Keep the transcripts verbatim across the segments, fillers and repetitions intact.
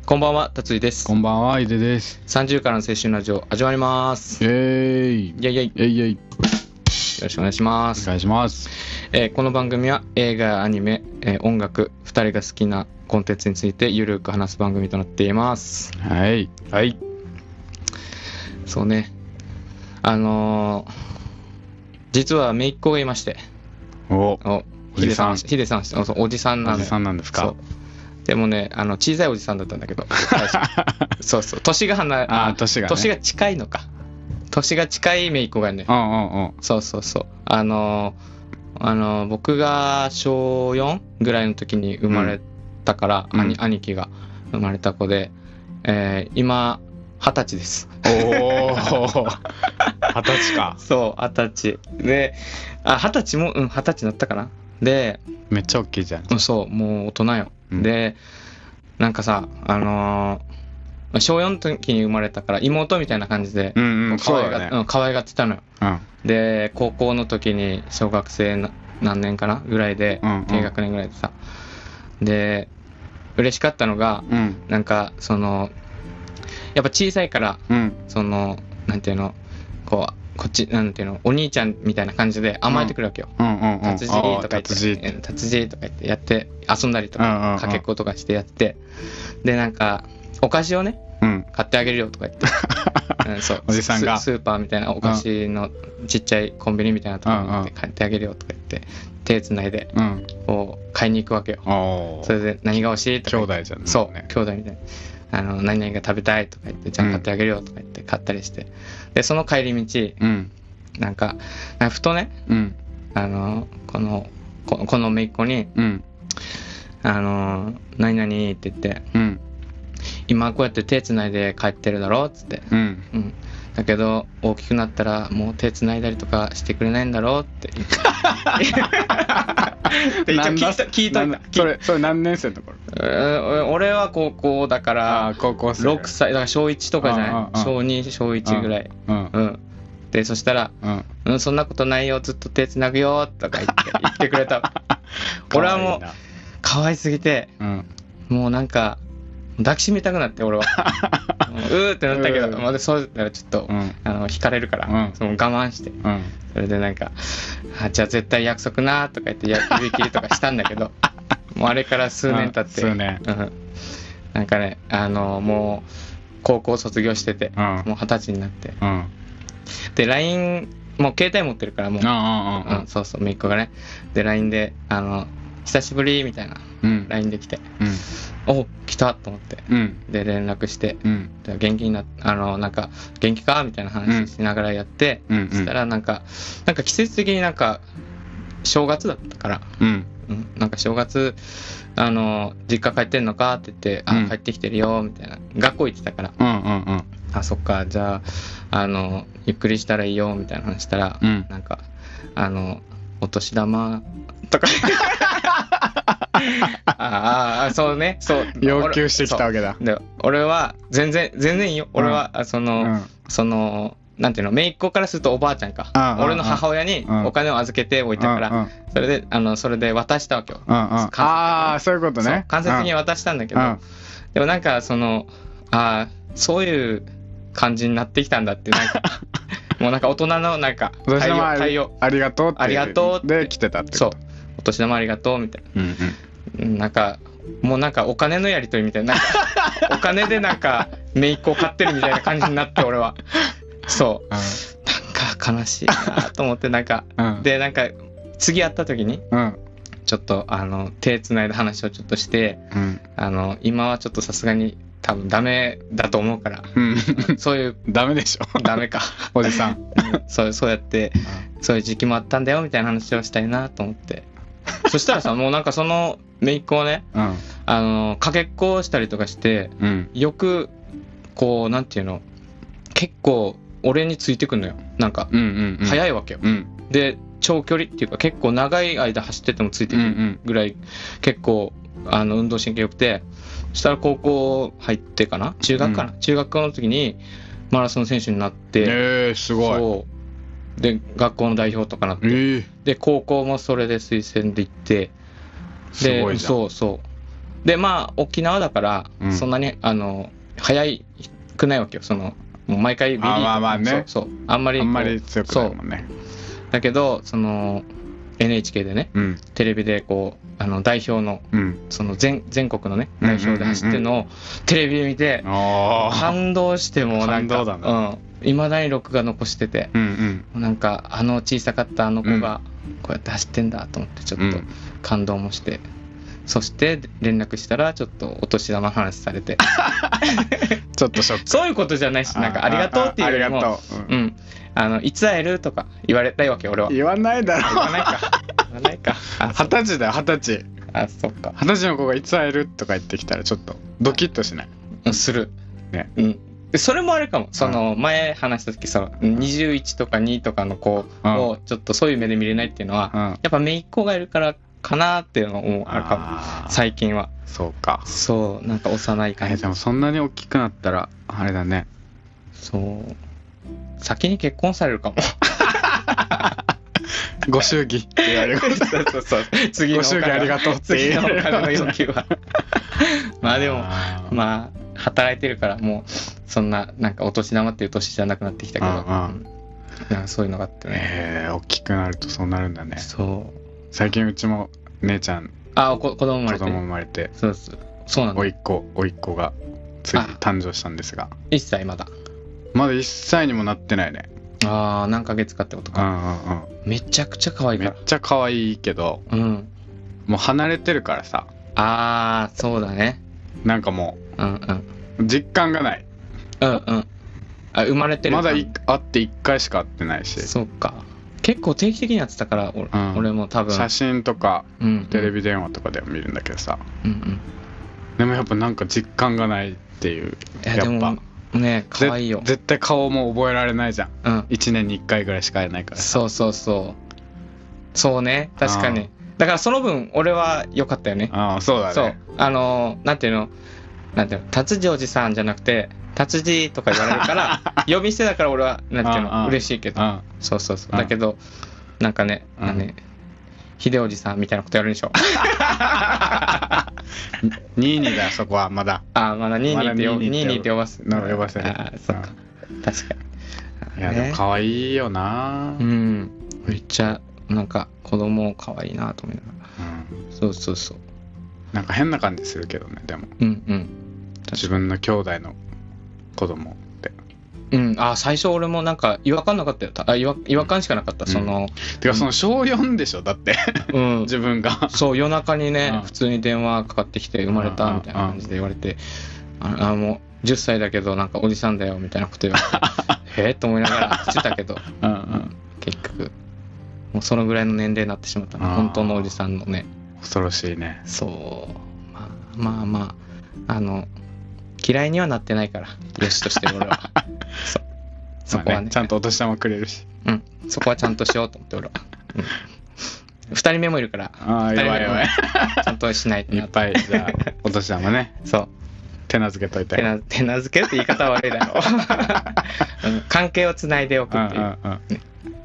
こんばんは、達井です。 こんばんは、井出です。 さんじゅうからの青春ラジオ始まります。 イエーイ。 イェイイェイ。 イェイイェイ。 よろしくお願いします。 お願いします。 えーこの番組は映画やアニメ、えー音楽、ふたりが好きなコンテンツについてゆるく話す番組となっています。 はい。 はい。そうね。あのー、実は姪っ子がいまして。 お、 おおじさん。 ヒデさん、そうそう、おじさんなんだよ。 おじさんなんですか。 そうでもね、あの小さいおじさんだったんだけど、最初そうそう、年が離れ、 あー、年がね。 年が近いのか。年が近い姪っ子がね。 うんうんうん。 そうそうそう。あのー、あのー、僕がしょうよんぐらいの時に生まれたから、 うん兄、兄貴が生まれた子で、えー、今二十歳です。 おお。二十歳か。 そう二十歳で、あ二十歳もうん二十歳になったかな。で、 めっちゃ大きいじゃん。 そうもう大人よ。 うん、 で、なんかさ、あのー、しょうよんの時に生まれたから妹みたいな感じで、 うんうん、 可愛が、 そうだね。 うん、可愛がってたのよ。 うん。 で、高校の時に小学生な何年かなぐらいで、 うんうん低学年ぐらいでさ、で嬉しかったのが、 うん。 なんかそのやっぱ小さいから、 うん。 そのなんていうの、こうこっちなんていうの、お兄ちゃんみたいな感じで甘えてくるわけよ。 うんうんうん。 達人とか言って、 達人。 達人とか言ってやって遊んだりとうんうんうん、 かかけっことかしてやって、でなんかお菓子をねうん。 買ってあげるよとか言って、うん、そうおじさんがス、スーパーみたいなお菓子のちっちゃいコンビニみたいなところに行って買ってあげるよとか言って手つないでうん。 こう買いに行くわけよ。 おお。 それで何が欲しいとか兄言って、 弟じゃんね。 そう兄弟みたいな、あの何々が食べたいとか言ってじゃあ買ってあげるよとか言って買ったりして、でその帰り道うん。 なんかふとね、 うん。 あのこのここの姪っ子にうん。 あの何々って言って、 うん。 今こうやって手つないで帰ってるだろっつって、 うん。 うん、だけど大きくなったらもう手つないだりとかしてくれないんだろうって言ってで一応聞いた聞いといた。 それそれ何年生の頃？ うん俺は高校だからあー、高校生。 ろくさいだからしょういちとかじゃない、 あーあーあーしょうにしょういちぐらい。 うん。 うんでそしたら、 うん。 うん、そんなことないよずっと手つなぐよとか言って言ってくれた。俺はもう可愛すぎて、 うん、 もうなんか抱きしめたくなって俺はうーってなったけど、 うん、 まだそうだったらちょっと、うん、あの惹かれるから、うん、その我慢して、うん、それでなんかあじゃあ絶対約束なとか言って指切りとかしたんだけどもうあれから数年経って、 うん、数年、 うん、なんかねあのもう高校卒業してて、うん、もう二十歳になって、うん、で ライン もう携帯持ってるからもう、うんうんうん、そうそう姪っ子がねで ライン であの久しぶりみたいな、うん、ライン で来て、うん、お来たと思って、うん、で連絡して、うん、で元気になっあのなんか元気かみたいな話しながらやって、うん、そしたらなんかなんか季節的になんか正月だったから、うんうん、なんか正月あの実家帰ってんのかって言って、うん、あ帰ってきてるよみたいな、学校行ってたから、うんうんうん、あそっかじゃああのゆっくりしたらいいよみたいな話したら、うん、なんかあのお年玉とかああそうねそう要求してきたわけだ。 で俺は全然全然いいよ俺は、うん、その、うん、そのなんていうの姪っ子からするとおばあちゃんか、うん、俺の母親にお金を預けておいたから、うん、それであのそれで渡したわけよ、うんうん、 ああそういうことね、 間接的に渡したんだけど、うん、でもなんかそのあそういう感じになってきたんだってなんかもうなんか大人のなんか対応対応ありがとうってありがとうで来てたってこと。 そうお年玉ありがとうみたいな、うんうん、なんかもうなんかお金のやり取りみたいな、なんかお金でなんか姪っ子を買ってるみたいな感じになって俺はそう、うん、なんか悲しいなと思ってなんか、うん、でなんか次会った時に、うん、ちょっとあの手つないだ話をちょっとして、うん、あの今はちょっとさすがに多分ダメだと思うから、うん、そういうダメでしょダメかおじさん、 うん、そうそうやって、うん、そういう時期もあったんだよみたいな話をしたいなと思ってそしたらさもうなんかその姪っ子をね、うん、あのかけっこしたりとかして、うん、よくこうなんていうの結構俺についてくんのよなんか、うんうんうん、早いわけよ、うん、で長距離っていうか結構長い間走っててもついてくるぐらい、うんうん、結構あの運動神経良くて、そしたら高校入ってかな中学かな、うん、中学校の時にマラソン選手になって、 えー、すごい。 そうで学校の代表とかなって、えー、で高校もそれで推薦で行って、 すごいじゃん。 そうそでまあ沖縄だから、 うん、 そんなにあの早いくないわけよ。そのもう毎回ビリーとか、 あ、まあまあね、 そうそうあんまりあんまり強くないもんね。 だけどその エヌエイチケー でね、うん、テレビでこうあの代表の、うん、その 全, 全国のね代表で走ってるのをテレビで見て、うんうんうん、感動してもうなんか、ね、うん、未だに録画残してて、うんうん、なんかあの小さかったあの子がこうやって走ってんだと思ってちょっと感動もして、うん、そして連絡したらちょっとお年玉話されてちょっとショック。 そういうことじゃないし、なんかありがとうっていうよりも、うん、うん、あのいつ会えるとか言われたいわけ俺は。 言わないだろ。 言わないか。言わないか。 二十歳だよ二十歳。 あ、そっか。 二十歳の子がいつ会えるとか言ってきたらちょっとドキッとしない？ うん、する。ね。うん。でそれもあれかも。その前話した時そのにじゅういちとかにとかの子をちょっとそういう目で見れないっていうのは、うん、やっぱ姪っ子がいるからかなっていうのもあるかも。最近は。 そうか。 そうなんか幼い感じ。 えー、でもそんなに大きくなったらあれだね。 そう。先に結婚されるかも。 ご祝儀って言われる。そうそうそう。次のご祝儀ありがとうって次のお金の要求は。まあでもまあ働いてるからもうそんななんかお年玉っていう年じゃなくなってきたけど、うんうん、なんかそういうのがあってね。 へえ、大きくなるとそうなるんだね。 そう。 最近うちも姉ちゃん、 あ、子供生まれて。 子供生まれて。 そうそう。そうなんだ。 おいっ子、おいっ子がつい誕生したんですが。 いっさいまだ。 まだいっさいにもなってないね。 ああ、何ヶ月かってことか。うんうんうん。めちゃくちゃ可愛いから。 めっちゃ可愛いけど、うん。もう離れてるからさ。 ああ、そうだね。 なんかもう、うんうん。実感がない。 うんうん。あ、生まれてる。 まだ会っていっかいしか会ってないし。 そうか。結構定期的にやってたから俺、うん、俺も多分写真とか、うんうん、テレビ電話とかでも見るんだけどさ、うんうん、でもやっぱなんか実感がないっていう。 やっぱでもね可愛いよ。 絶対顔も覚えられないじゃん、うん、いちねんにいっかいぐらいしか会えないからさ。 そうそうそうそうね、確かに。だからその分俺は良かったよね。 ああ、そうだね。そうあのなんていうのなんていうの達治おじさんじゃなくて達治とか言われるから呼び捨てだから俺はなんていうの嬉しいけど、そうそうそうだけどなんかね、うん、ね秀おじさんみたいなことやるんでしょ。 ニーニーだよそこはまだ。 あ、まだニーニーって呼ばニーニーって呼ばすの呼ばせる。 あ、そっか、うん、確かに。いや、ね、でも可愛いよな。 うん、めっちゃなんか子供可愛いなと思いながら、うん、そうそうそう。 なんか変な感じするけどね、でも。 うんうん。 自分の兄弟の子供って。 うん、あ、最初俺もなんか違和感なかったよ。あ、違和、違和感しかなかった、うん、その。 てかその小よんでしょ、だって。うん。自分が。 そう、夜中にね、うん、普通に電話かかってきて生まれたみたいな感じで言われて、ああ、もうじゅっさいだけどなんかおじさんだよみたいなこと言われて、へえと思いながらしてたけど、うんうん、結局もうそのぐらいの年齢になってしまったの。本当のおじさんのね。 恐ろしいね。 そう。まあまあまあ、あの嫌いにはなってないからよしとして俺は。そう、そこはね、まあね、 ちゃんとお年玉くれるし、 うん、そこはちゃんとしようと思って俺は、うん、ふたりめもいるから、 ああ、やばいやばい、 ちゃんとしないといっぱい。じゃあお年玉ね。 そう、 手なずけといて。 手な、手なずけるって言い方は悪いだろう、うん、関係をつないでおくっていう、うんうんうん、ね、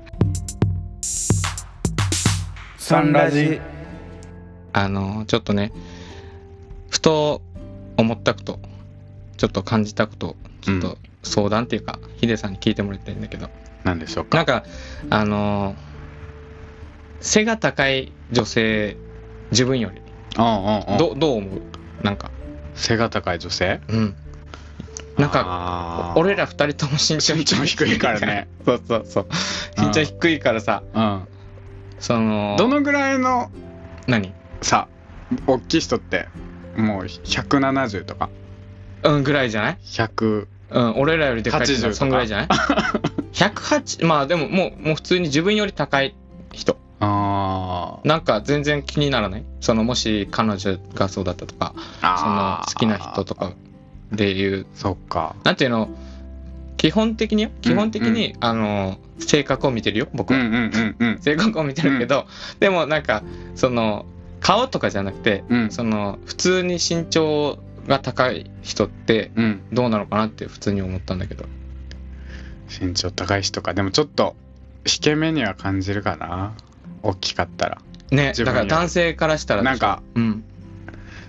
サンラジ。 あのちょっとね、ふと思ったこと、ちょっと感じたこと、ちょっと相談っていうか、ヒデさんに聞いてもらいたいんだけど。 何でしょうか。 なんかあの背が高い女性、自分より、ああああ、どどう思う？なんか背が高い女性？ うん。なんか俺ら二人とも身長低いからね。 そうそうそう。身長低いからさ、うん、そのどのぐらいの何？ さ、大きい人ってもうひゃくななじゅうとか、 うん、ぐらいじゃない？ ひゃく、 うん、俺らよりでかいってそんぐらいじゃない？ひゃくはち、まあでももうもう普通に自分より高い人。ああ。なんか全然気にならない？そのもし彼女がそうだったとか、その好きな人とかでいう、 そっか。 なんていうの？基本的に基本的に、うんうん、あの性格を見てるよ僕は、うんうんうんうん、性格を見てるけど、うん、でもなんかその顔とかじゃなくて、うん、その普通に身長が高い人ってどうなのかなって普通に思ったんだけど、 うん、身長高い人か。でもちょっと引け目には感じるかな、大きかったらね。だから男性からしたらなんか、うん、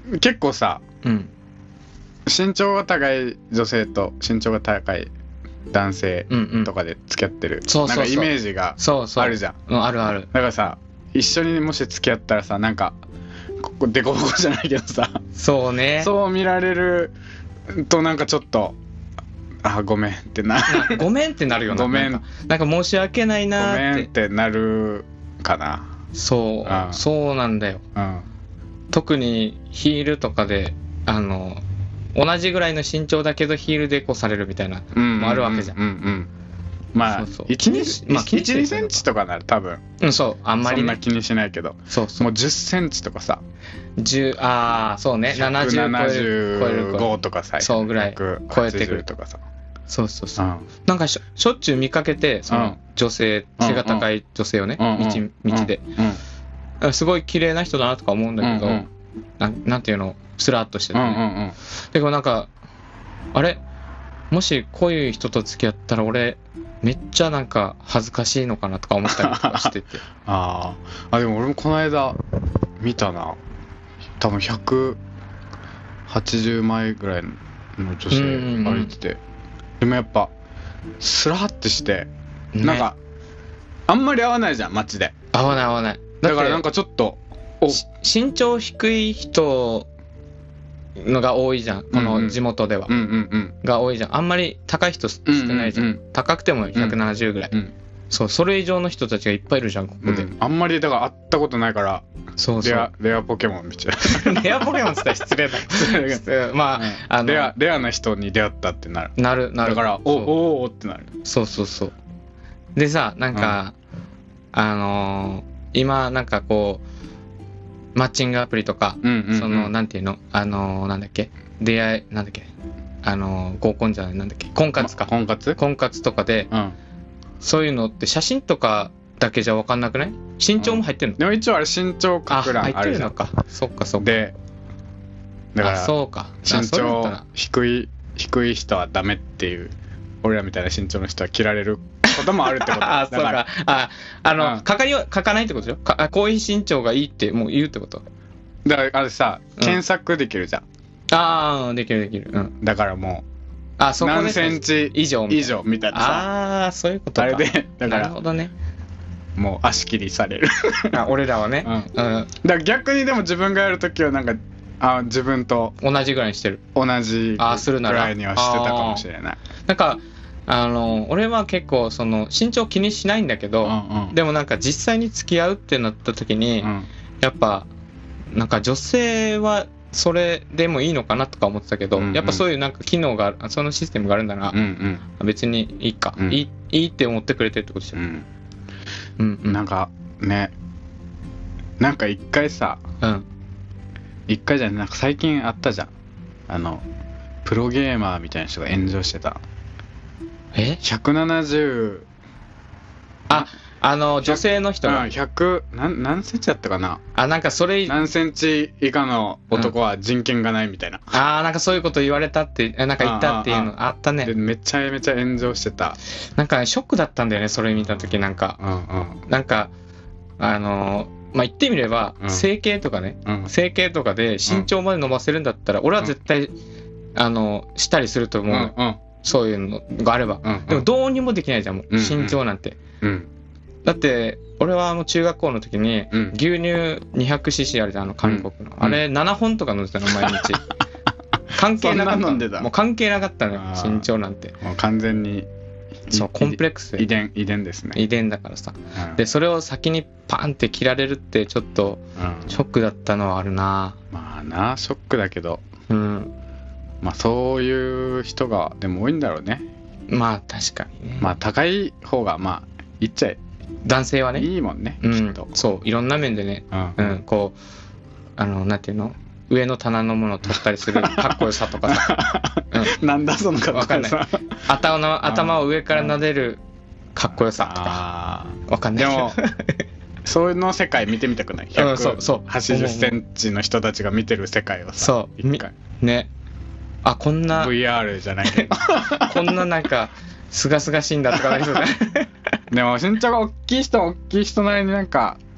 結構さ、 うん、 身長が高い女性と身長が高い男性とかで付き合ってる、うんうん、なんかイメージがあるじゃん。 そうそう、うん、あるある。 だからさ、一緒にもし付き合ったらさ、なんかここデコボコじゃないけどさ、 そうね、 そう見られるとなんかちょっと、あ、ごめんってなごめんってなるよな。 ごめん、 なんか、なんか申し訳ないなってごめんってなるかな。 そう、うん、そうなんだよ、うん、特にヒールとかであの同じぐらいの身長だけどヒールでこうされるみたいなもあるわけじゃん。うんうんうんうん、 まあいち、にセンチとかなら多分、 うん、そうあんまり、ね、 そんな気にしないけど、 そうそう、 もうじゅっセンチとかさ、 じゅう、ああそうね、ななじゅう超える超えるごとかさ、 そうぐらい超えてくるとかさ、 そうそうそう、うん、なんかしょ、しょっちゅう見かけて、その女性、うん、背が高い女性をね、うん、道道で、うん、すごい綺麗な人だなとか思うんだけど、うんうん、な, なんていうの、スラッとしてて、ね、うんうんうん、でもなんかあれ、もしこういう人と付き合ったら俺めっちゃなんか恥ずかしいのかなとか思ったりとかしててああ、でも俺もこの間見たな、多分ひゃくはちじゅうまいぐらいの女性歩いてて、うんうん、でもやっぱスラッてして、ね、なんかあんまり合わないじゃん、街で。 合わない合わない。 だからなんかちょっと身長低い人のが多いじゃん、この地元では、うんうんうん、が多いじゃん。あんまり高い人少ないじゃん、うんうんうん、高くてもひゃくななじゅうぐらい、うんうん、そう、それ以上の人たちがいっぱいいるじゃん、ここで、うん、 あんまりだから会ったことないから、 そうそう、 レア、レアポケモンみたいなレアポケモンって言ったら失礼だまあ、うん、 あのレア、レアな人に出会ったってなるなるなるだからおおおってなる。 そうそうそう。でさ、なんか、うん、あのー、今なんかこうマッチングアプリとか、うんうんうん、そのなんていうの、あのー、なんだっけ、出会い、なんだっけ、あのー、合コンじゃない、なんだっけ、婚活か、 ま、婚活婚活とかで、うん、そういうのって写真とかだけじゃ分かんなくない？身長も入ってるの？ うん、でも一応あれ身長確認あるじゃん。あ、入ってるのか。そっかそっか。 で、だからそうか、 身長低い低い人はダメっていう、俺らみたいな身長の人は切られることもあるってことあ、そうか。あ、あの、うん、書かり書かないってことでしょ。か、こういう身長がいいってもう言うってこと。 だからあれさ、検索できるじゃん。うん、 ああ、できるできる。うん。 だからもう、 あ、そこで何センチ以上みたいなさ。 ああ、そういうことか。 あれで、だから、 なるほどね。 もう足切りされるあ、俺らはね。 うん。うん。だから逆にでも自分がやるときはなんか、あ、自分と同じぐらいにしてる。 同じぐらいにはしてたかもしれない。 なんか、あの俺は結構その身長気にしないんだけど、うんうん、でもなんか実際に付き合うってなった時に、うん、やっぱなんか女性はそれでもいいのかなとか思ってたけど、うんうん、やっぱそういうなんか機能がある、そのシステムがあるんだな、うんうん、別にいいか、うん、いい、いいって思ってくれてるってことじゃん、うんうんうん、なんかね、なんか一回さ、うん、一回じゃなんか最近あったじゃん、あのプロゲーマーみたいな人が炎上してた。 えひゃくななじゅう、 あ、あの女性の人が、 うん、ひゃく何何センチだったかなあ、なんかそれ何センチ以下の男は人権がないみたいな、 うん、ああ、なんかそういうこと言われたって、なんか言ったっていうのあったね。 でめちゃめちゃ炎上してた。 なんか、ね、ショックだったんだよね、それ見た時。なんか、うんうん、なんかあのまあ言ってみれば、うん、整形とかね、うん、整形とかで身長まで伸ばせるんだったら、うん、俺は絶対、あのしたりすると思う、うんうん、そういうのがあれば、うんうん、でもどうにもできないじゃん、もう、うんうん、身長なんて、うん、だって俺はもう中学校の時に、うん、牛乳 にひゃくシーシー あるじゃん、あの韓国の、うん、あれななほんとか飲んでたの毎日関係なかったもう関係なかったのよ、身長なんて。 もう完全にそう、コンプレックス、 遺伝遺伝ですね。 遺伝だからさ、うん、でそれを先にパンって切られるってちょっとショックだったのはあるな、 うん、まあな、ショックだけど、 うん、 まあそういう人がでも多いんだろうね。 まあ確かにね。 まあ高い方がまあ言っちゃえ男性はねいいもんね、 うん、きっと。そう、いろんな面でね、うんうん、こうあのなんていうの、上の棚のものを取ったりするかっこよさとかさ、 うん、なんだそのかっこよさ。わかんない。 頭の頭を上から撫でるかっこよさとかわかんない。 でもそういうの世界見てみたくない？ひゃくはちじゅっセンチの人たちが見てる世界をさ、 そう一回ね、あ、こんなブイアール じゃないけどこんななんかすがすがしいんだとかなりそうだでも身長が大きい人は大きい人なりになんか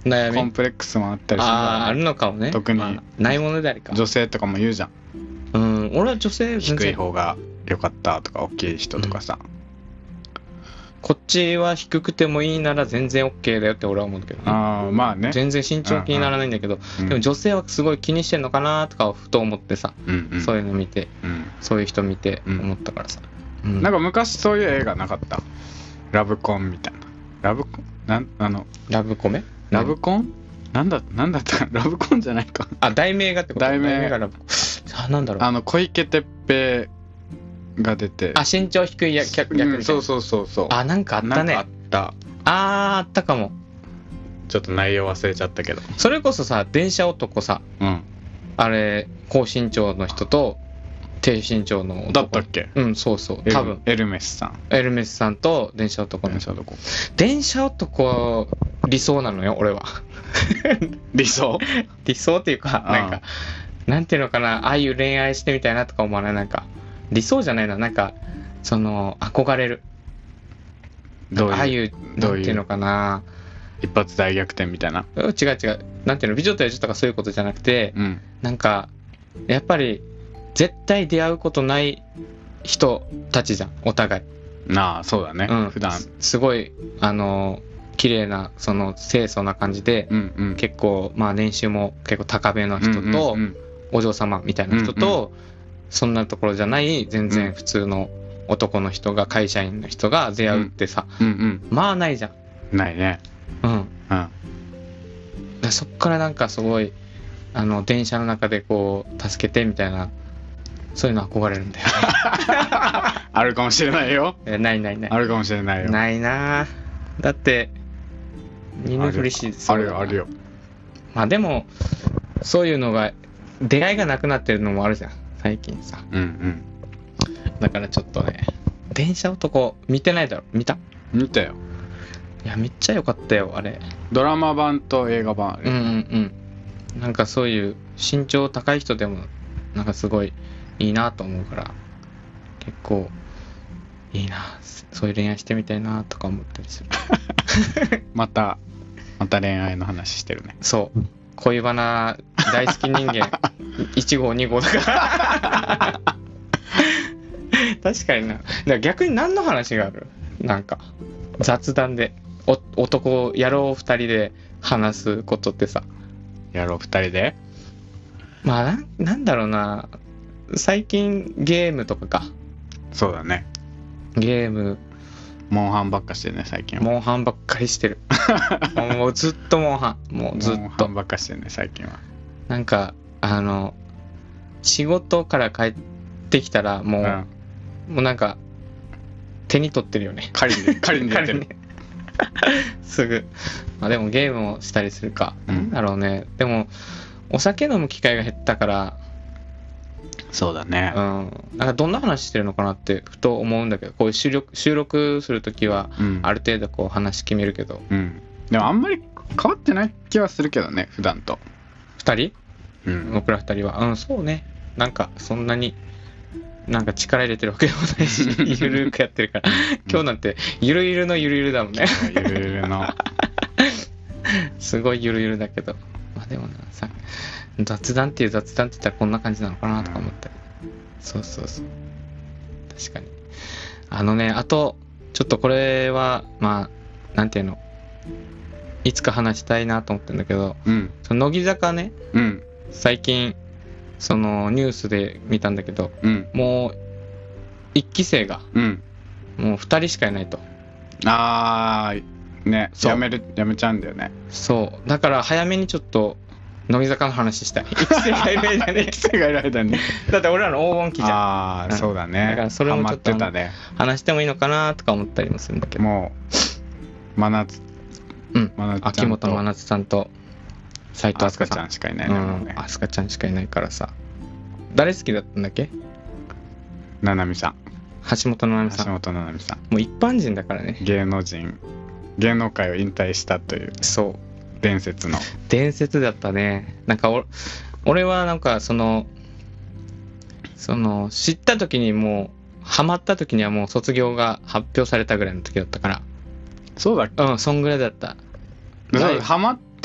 悩みコンプレックスもあったりするから、ね、 あああるのかもね。 特に、まあ、ないものでありか。 女性とかも言うじゃん。 うん、俺は女性低い方が良かったとか、大きい人とかさ、うん、 こっちは低くてもいいなら全然 OK だよって俺は思うんだけどね。 ああまあね。 全然身長気にならないんだけど、うんうん、でも女性はすごい気にしてんのかなとかふと思ってさ、うんうん、そういうの見て、うん、そういう人見て思ったからさ、 うんうん、なんか昔そういう映画なかった？ラブコンみたいな。ラブコンなんあのラブコメ？ ラブコン？なんだなんだったラブコンじゃないか。 あ、題名がってこと？ 題名、 題名がラブコン。あ、なんだろう。 あの小池徹平が出て。 あ、身長低い役みたいな、うん、 そうそうそうそう。 あ、なんかあったね。 なんかあった。 あー、あったかも。 ちょっと内容忘れちゃったけど。 それこそさ、電車男さ、うん、あれ高身長の人と低身長の男だったっけ？ うん、そうそう、多分エルメスさんエルメスさんと電車男の電車男電車男理想なのよ俺は。 理想理想っていうか、なんかなんていうのかな、ああいう恋愛してみたいなとか思わない？なんか理想じゃないな、なんかその憧れる。どういうああいうなんていうのかな、 一発大逆転みたいな。 違う違う、なんていうの、美女と野獣とかそういうことじゃなくて、うん、なんかやっぱり絶対出会うことない人たちじゃん、お互い。 なあ、そうだね、うん、普段す, すごいあの綺麗なその清楚な感じで、うんうん、結構まあ年収も結構高めの人と、うんうんうん、お嬢様みたいな人と、うんうん、そんなところじゃない全然普通の男の人が、会社員の人が出会うってさ、うんうんうん、まあないじゃん。ないね。 うん、うん、だそっからなんかすごいあの電車の中でこう助けてみたいな、そういうの憧れるんだよね。 あるかもしれないよ。 え、ないないない。 あるかもしれないよ。 ないな。だって二のふりしあるよあるよ。 まあでもそういうのが出会いがなくなってるのもあるじゃん最近さ。うんうん。だからちょっとね、電車男見てないだろ？見た？ 見たよ。 いやめっちゃ良かったよあれ。 ドラマ版と映画版ある。 うんうんうん。なんかそういう身長高い人でもなんかすごいいいなと思うから、結構いいな、そういう恋愛してみたいなとか思ったりする。 またまた恋愛の話してるね。 そう恋バナ大好き人間いち号に号だから。確かにな。だから逆に何の話がある？なんか雑談でお男野郎ふたりで話すことってさ。 野郎ふたりで？ まあ な, なんだろうな、最近ゲームとかか。 そうだね。 ゲームモンハンばっかしてるね最近は。 モンハンばっかりしてる。もうずっとモンハン、もうずっとモンハンばっかしてるね最近は。 なんかあの仕事から帰ってきたらもう、うん、もうなんか手に取ってるよね。 狩りで狩りにやってる。 すぐ。まあでもゲームをしたりするか。うん、なんだろうね。でもお酒飲む機会が減ったから。 そうだね。 うん。なんかどんな話してるのかなってふと思うんだけど、こういう収録収録するときはある程度こう話決めるけど、 うん。うん、でもあんまり変わってない気はするけどね、普段と。 二人？うん。僕ら二人は、うん、そうね。なんかそんなになんか力入れてるわけでもないし、ゆるくやってるから。今日なんてゆるゆるのゆるゆるだもんね。 ゆるゆるの。 すごいゆるゆるだけど、まあでもなさ。雑談っていう雑談って言ったらこんな感じなのかなとか思ったり、うん、そうそうそう、確かに。あのね、あとちょっとこれはまあなんていうの、いつか話したいなと思ってるんだけど、うん、その乃木坂ね、うん、最近そのニュースで見たんだけど、うん、もういっき生が、うん、もうふたりしかいないと。 あーね、やめるやめちゃうんだよね。 そうだから早めにちょっと乃木坂の話したい。いっき生がいる間に。いっき生がいる間に。だって俺らの黄金期じゃん。 ああ、そうだね。 だからそれもちょっと話してもいいのかなとか思ったりもするんだけど。 もう真夏、 うん、真夏秋元真夏さんと斉藤飛鳥ちゃんしかいないね。 飛鳥ちゃんしかいないからさ。誰好きだったんだっけ？ ななみさん。 橋本七海さん。 橋本七海さん。 もう一般人だからね。 芸能人、芸能界を引退したという。 そう。 伝説の伝説だったね。なんかお俺はなんかそのその知った時にもうハマった時にはもう卒業が発表されたぐらいの時だったから。 そうだっけ？ うん、そんぐらいだった。 ハマって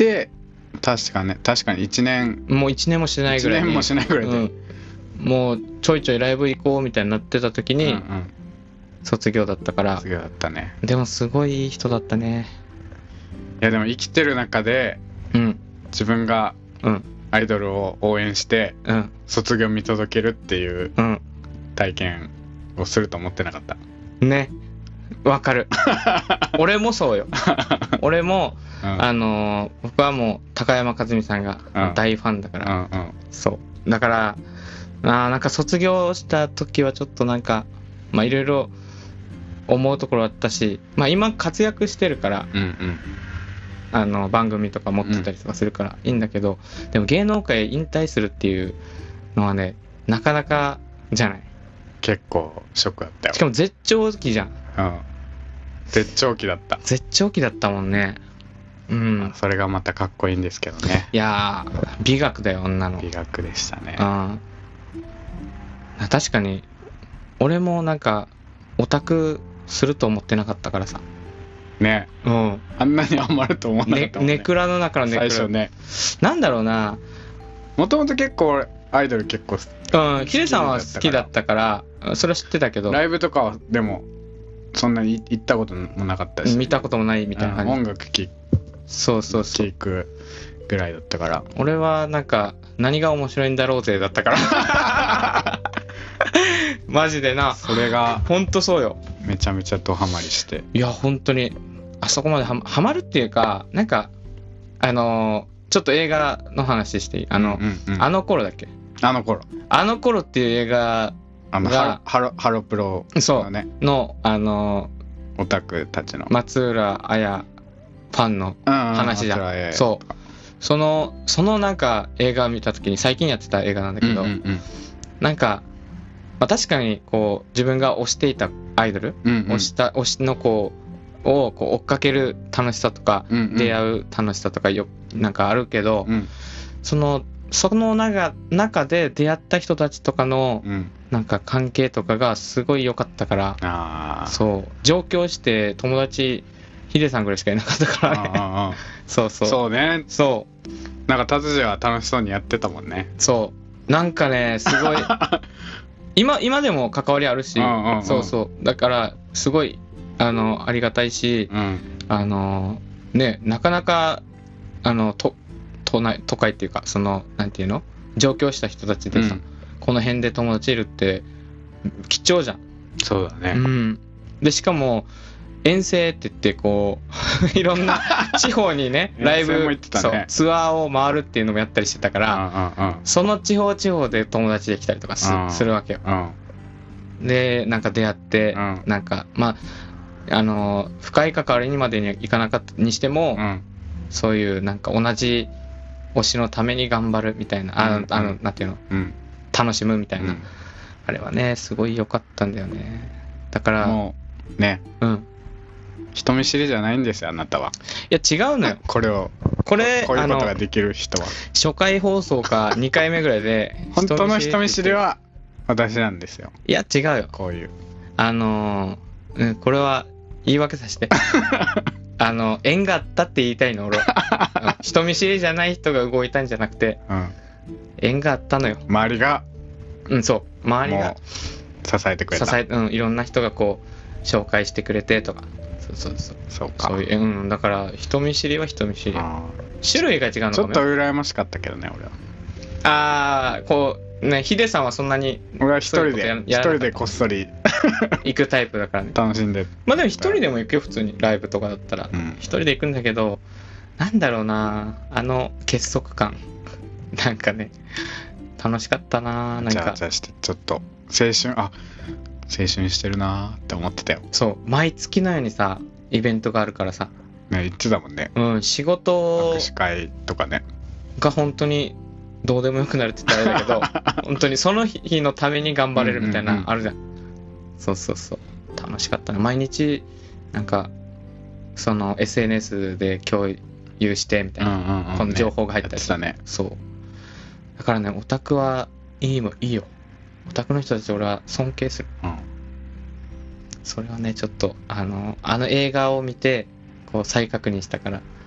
て確かね確かにいちねんもういちねんもしないぐらいにいちねんもしないぐらいで、うん、 もうちょいちょいライブ行こうみたいになってた時に、うんうん、卒業だったから。 卒業だったね。 でもすごいいい人だったね。 いやでも生きてる中で、うん、自分がアイドルを応援して、うん、卒業見届けるっていう体験をすると思ってなかった。 ね、わかる。俺もそうよ。俺も、うん、あのー、僕はもう高山一実さんが大ファンだから、うんうん、そうだからあなんか卒業した時はちょっとなんかまあいろいろ思うところあったし、まあ今活躍してるから、うんうん、あの番組とか持ってたりとかするからいいんだけど、うん、でも芸能界引退するっていうのはねなかなかじゃない。 結構ショックだったよ。 しかも絶頂期じゃん。 うん、絶頂期だった。 絶頂期だったもんね。うん、 それがまたかっこいいんですけどね。 いやー美学だよ女の。 美学でしたね。 うん、確かに俺もなんかオタクすると思ってなかったからさ。 ね、うん、あんなに余ると思わなかったもんね。 ネクラの中のネクラ。 最初ね。 なんだろうな。 もともと結構アイドル結構うん、ヒデさんは好きだったからそれは知ってたけど、 ライブとかはでもそんなに行ったこともなかったし、 見たこともないみたいな感じ、 うん、音楽聴そうそうそう聞くぐらいだったから、 俺はなんか何が面白いんだろうぜだったからマジでな。 それがほんとそうよ。 めちゃめちゃドハマりして、 いや本当にあそこまでは ま, はまるっていうか、なんかあのー、ちょっと映画の話していい？あの、うんうんうん、あの頃だっけ？ あの頃あの頃っていう映画あのハロハロハロプロのねのあのオタクたちの松浦綾ファンの話じゃん、うんうん、そうそのそのなんか映画を見た時に最近やってた映画なんだけど、うんうんうん、なんか、まあ、確かにこう自分が推していたアイドル、うんうん、推した推しの子をこう追っかける楽しさとか、うんうん、出会う楽しさとかよなんかあるけど、うん、そのその中, 中で出会った人たちとかのなんか関係とかがすごい良かったから、あそう上京して友達ヒデさんぐらいしかいなかったからね。あそうそうそうね。 そうなんか達治は楽しそうにやってたもんね。 そうなんかねすごい今今でも関わりあるし、うんうんうん、そうそうだからすごいあのありがたいし、うん、あのねなかなかあのと都内都会っていうかそのなんていうの上京した人たちでさ、うん、この辺で友達いるって貴重じゃん。 そうだね、 うん、でしかも遠征って言ってこういろんな地方にねライブ、ね、そうツアーを回るっていうのもやったりしてたから、うんうんうん、その地方地方で友達できたりとか す,、うん、するわけよ、うん、でなんか出会って、うん、なんかまああの深い関わりにまでにはいかなかったにしても、うん、そういうなんか同じ推しのために頑張るみたいな、あの、うんうん、あのなんていうの、うん、楽しむみたいな、うん、あれはねすごい良かったんだよね。だからもうね、うん、人見知りじゃないんですよあなたは。 いや違うのよこれをこれこういうことができる人は初回放送かにかいめぐらいで本当の人見知りは私なんですよ。 いや違うよこういうあのー、うん、これは言い訳させてあの縁があったって言いたいの俺は人見知りじゃない人が動いたんじゃなくて、うん、縁があったのよ。 周りがうんそう周りが支えてくれた支え、うん、いろんな人がこう紹介してくれてとかそうそうそうそうかそういう、うん、だから人見知りは人見知り種類が違うのかも。 ちょっと羨ましかったけどね俺は。 ああこうねヒデさんはそんなに俺は一人で一人でこっそり行くタイプだからね。 楽しんでまあでも一人でも行くよ普通にライブとかだったら、うん、一人で行くんだけどなんだろうなあの結束感なんかね楽しかったななんか。 じゃあじゃあしてちょっと青春あ青春してるなって思ってたよ。 そう毎月のようにさイベントがあるからさね言ってたもんね。 うん仕事握手会とかねが本当にどうでもよくなるって言ったらあれだけど本当にその日のために頑張れるみたいなあるじゃん、うんうんうん、そうそうそう楽しかったね。毎日なんかその エスエヌエス で共有してみたいな、うんうんうん、この情報が入ったりしたね。そうだからねオタクはいいもいいよ。オタクの人たち俺は尊敬する、うん、それはねちょっとあのあの映画を見てこう再確認したから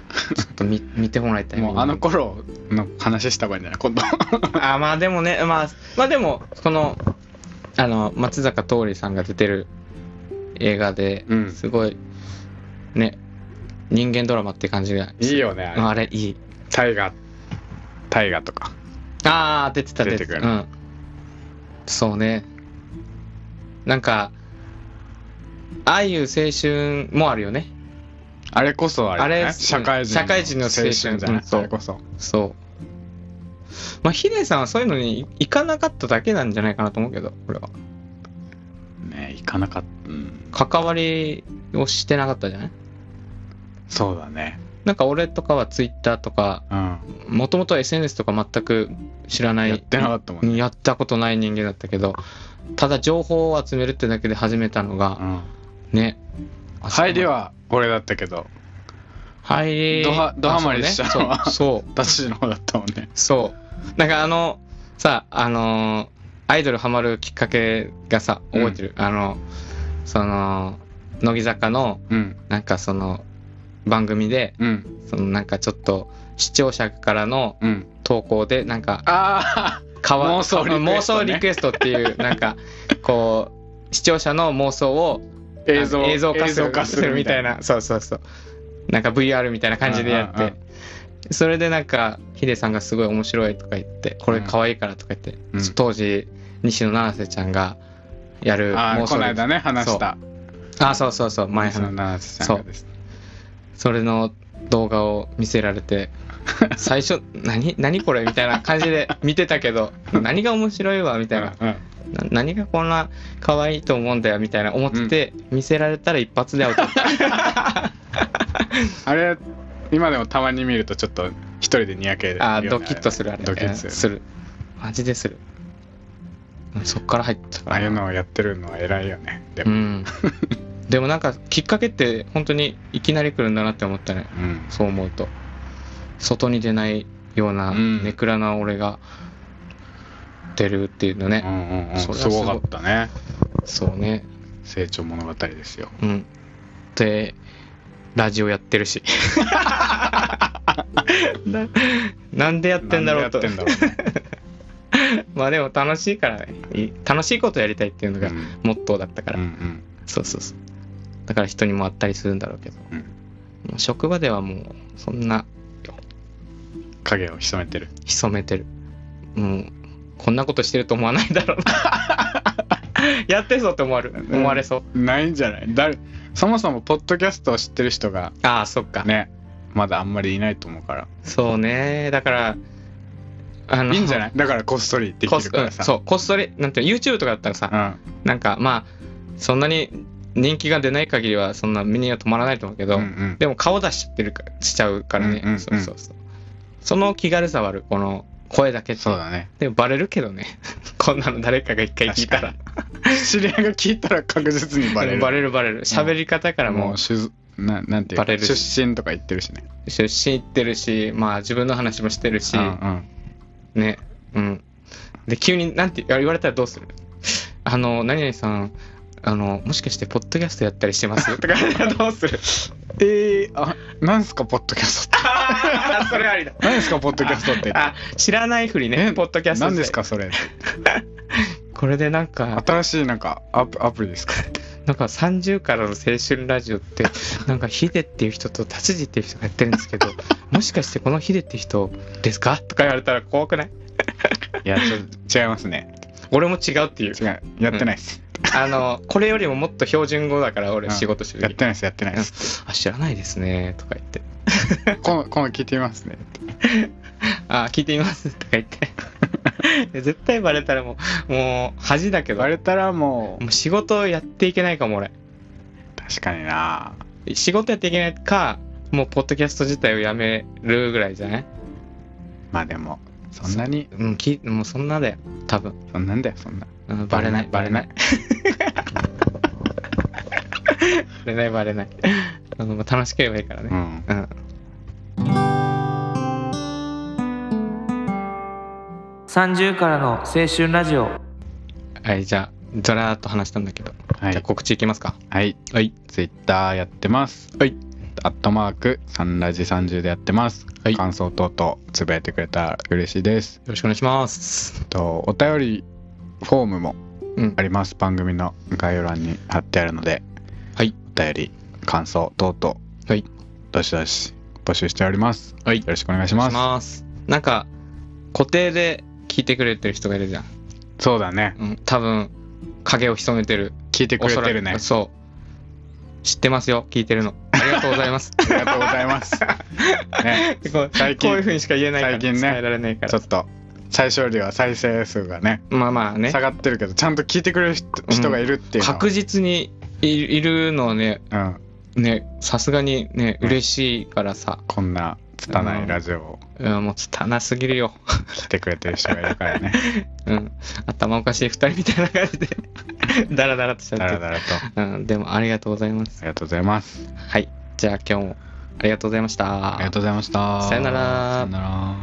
ちょっと 見, 見てもらいたい。 もうあの頃の話した方がいいんじゃない今度あまあでもね、まあまあでもこのあの松坂桃李さんが出てる映画で、うん、すごいね人間ドラマって感じがいいよね。 あれ、あれいい。 大河大河とかああ出てた出てた、うん、そうね。なんかああいう青春もあるよね。 あれこそあれ、ね、 あれ社会人社会人の青春じゃない、うん、そうあれこそそう。まあヒデさんはそういうのに行かなかっただけなんじゃないかなと思うけど、俺はね行かなかった、うん、 関わりをしてなかったじゃない。 そうだね。 なんか俺とかはツイッターとかもともと エスエヌエス とか全く知らない、 やってなかったもんね。 やったことない人間だったけど、ただ情報を集めるってだけで始めたのが、うん、ね入りは俺だったけど入りドハドハマりしたのはそう私の方だったもんね。 そうなんかあのさあのアイドルハマるきっかけがさ覚えてる、うん、あのその乃木坂の、うん、なんかその番組で、うん、そのなんかちょっと視聴者からの投稿でなんか、うん、あかわ妄想リクエスト、ね、妄想リクエストっていうなんかこう視聴者の妄想を映像映像化する、化するみたいな、そうそうそうなんか ブイアール みたいな感じでやって、うんうんうん、それでなんかヒデさんがすごい面白いとか言ってこれ可愛いからとか言って、うん、当時西野七瀬ちゃんがやる妄想、この間ね話したあそうそうそう前西野七瀬ちゃんがです、 そうそれの動画を見せられて最初何何これみたいな感じで見てたけど何が面白いわみたいな、うんうん、な何がこんな可愛いと思うんだよみたいな思ってて、うん、見せられたら一発でアウトあれ今でもたまに見るとちょっと一人でにやける、ね、 あドキッとするあれドキッとする、 するマジでする。そっから入ったからああいうのをやってるのは偉いよね。でも、うん、 でもなんかきっかけって本当にいきなり来るんだなって思ったね、うん、そう思うと外に出ないようなネクラな俺が出るっていうのね、 うんうんうん、それはすごかったね。 そうね成長物語ですよ、 うん、でラジオやってるしな, なんでやってんだろうとまあでも楽しいからね楽しいことやりたいっていうのがモットーだったから、うんうんうん、そうそうそうだから人にも会ったりするんだろうけど、うん、もう職場ではもうそんな影を潜めてる潜めてるもうこんなことしてると思わないだろうなやってそうって思われる、思われそう、 うん、ないんじゃないだそもそもポッドキャストを知ってる人がああそっかねまだあんまりいないと思うからそうねだからあのいいんじゃないだからこっそりできるからさそうこっそりなんて YouTube とかだったらさ、うん、なんかまあそんなに人気が出ない限りはそんな目には止まらないと思うけど、うんうん、でも顔出しちゃってるかしちゃうからね、うんうんうん、そうそうそうその気軽さはあるこの声だけってそうだねでもバレるけどねこんなの誰かが一回聞いたら知り合いが聞いたら確実にバレるバレるバレる喋り方からもう、もうしゅな, なんていうか出身とか言ってるしね出身言ってるしまあ自分の話もしてるし、うんうん、ねうんで急になんて言われたらどうするあの何々さんあのもしかしてポッドキャストやったりしてますとかどうするえー、あなんすかポッドキャストってあそれありだ何ですかポッドキャストってあ知らないふりねポッドキャスト何ですかそれこれでなんか新しいなんかアプ、アプリですかなんかさんじゅうからの青春ラジオってなんかヒデっていう人と達治っていう人がやってるんですけどもしかしてこのヒデっていう人ですかとか言われたら怖くないいやちょっと違いますね俺も違うっていう違うやってないです、 うん、あのこれよりももっと標準語だから俺仕事してる、 うん、やってないですやってないです、 うん、あ知らないですねとか言って今度今度聞いてみますねあ聞いてみますとか言って絶対バレたらもうもう恥だけどバレたらもうもう仕事やっていけないかも俺確かにな仕事やっていけないかもうポッドキャスト自体をやめるぐらいじゃないまあでもそんなにうん、きもうそんなだよ多分そんなんだよそんな、 うん、バレないバレないバレないバレないあの楽しければいいからねうん、うんさんじゅうからの青春ラジオはいじゃあざらーっと話したんだけど、はい、じゃあ告知いきますかはいはいツイッターやってますはいアットマークサンラジさんじゅうでやってます、はい、感想等々つぶやいてくれたら嬉しいです。 よろしくお願いします。 とお便りフォームもあります、うん、番組の概要欄に貼ってあるので、 はい、 お便り感想等々、 はい、 どしどし募集しております、 はい、 よろしくお願いします。 お願いします。なんか固定で聞いてくれてる人がいるじゃん。 そうだね、 うん、多分影を潜めてる、 聞いてくれてるね。 そう知ってますよ、聞いてるの。ありがとうございます。 ありがとうございます。ね、 最近こういう風にしか言えないから、 最近ね、 伝えられないから、 ちょっと最初よりは再生数がね、 まあまあね、 下がってるけど、ちゃんと聞いてくれる 人,、うん、人がいるっていうのは確実に い, いるのはね、うん、ね、さすがにね、嬉しいからさ、 こんな拙いラジオを、 うん、もう拙すぎるよ。 聞いてくれてる人がいるからね。 うん、頭おかしいふたりみたいな感じでダラダラとしちゃって、 ダラダラと、 うん、でもありがとうございます。 ありがとうございます。 はい、じゃあ今日もありがとうございました。 ありがとうございました。 さよなら。 さよなら。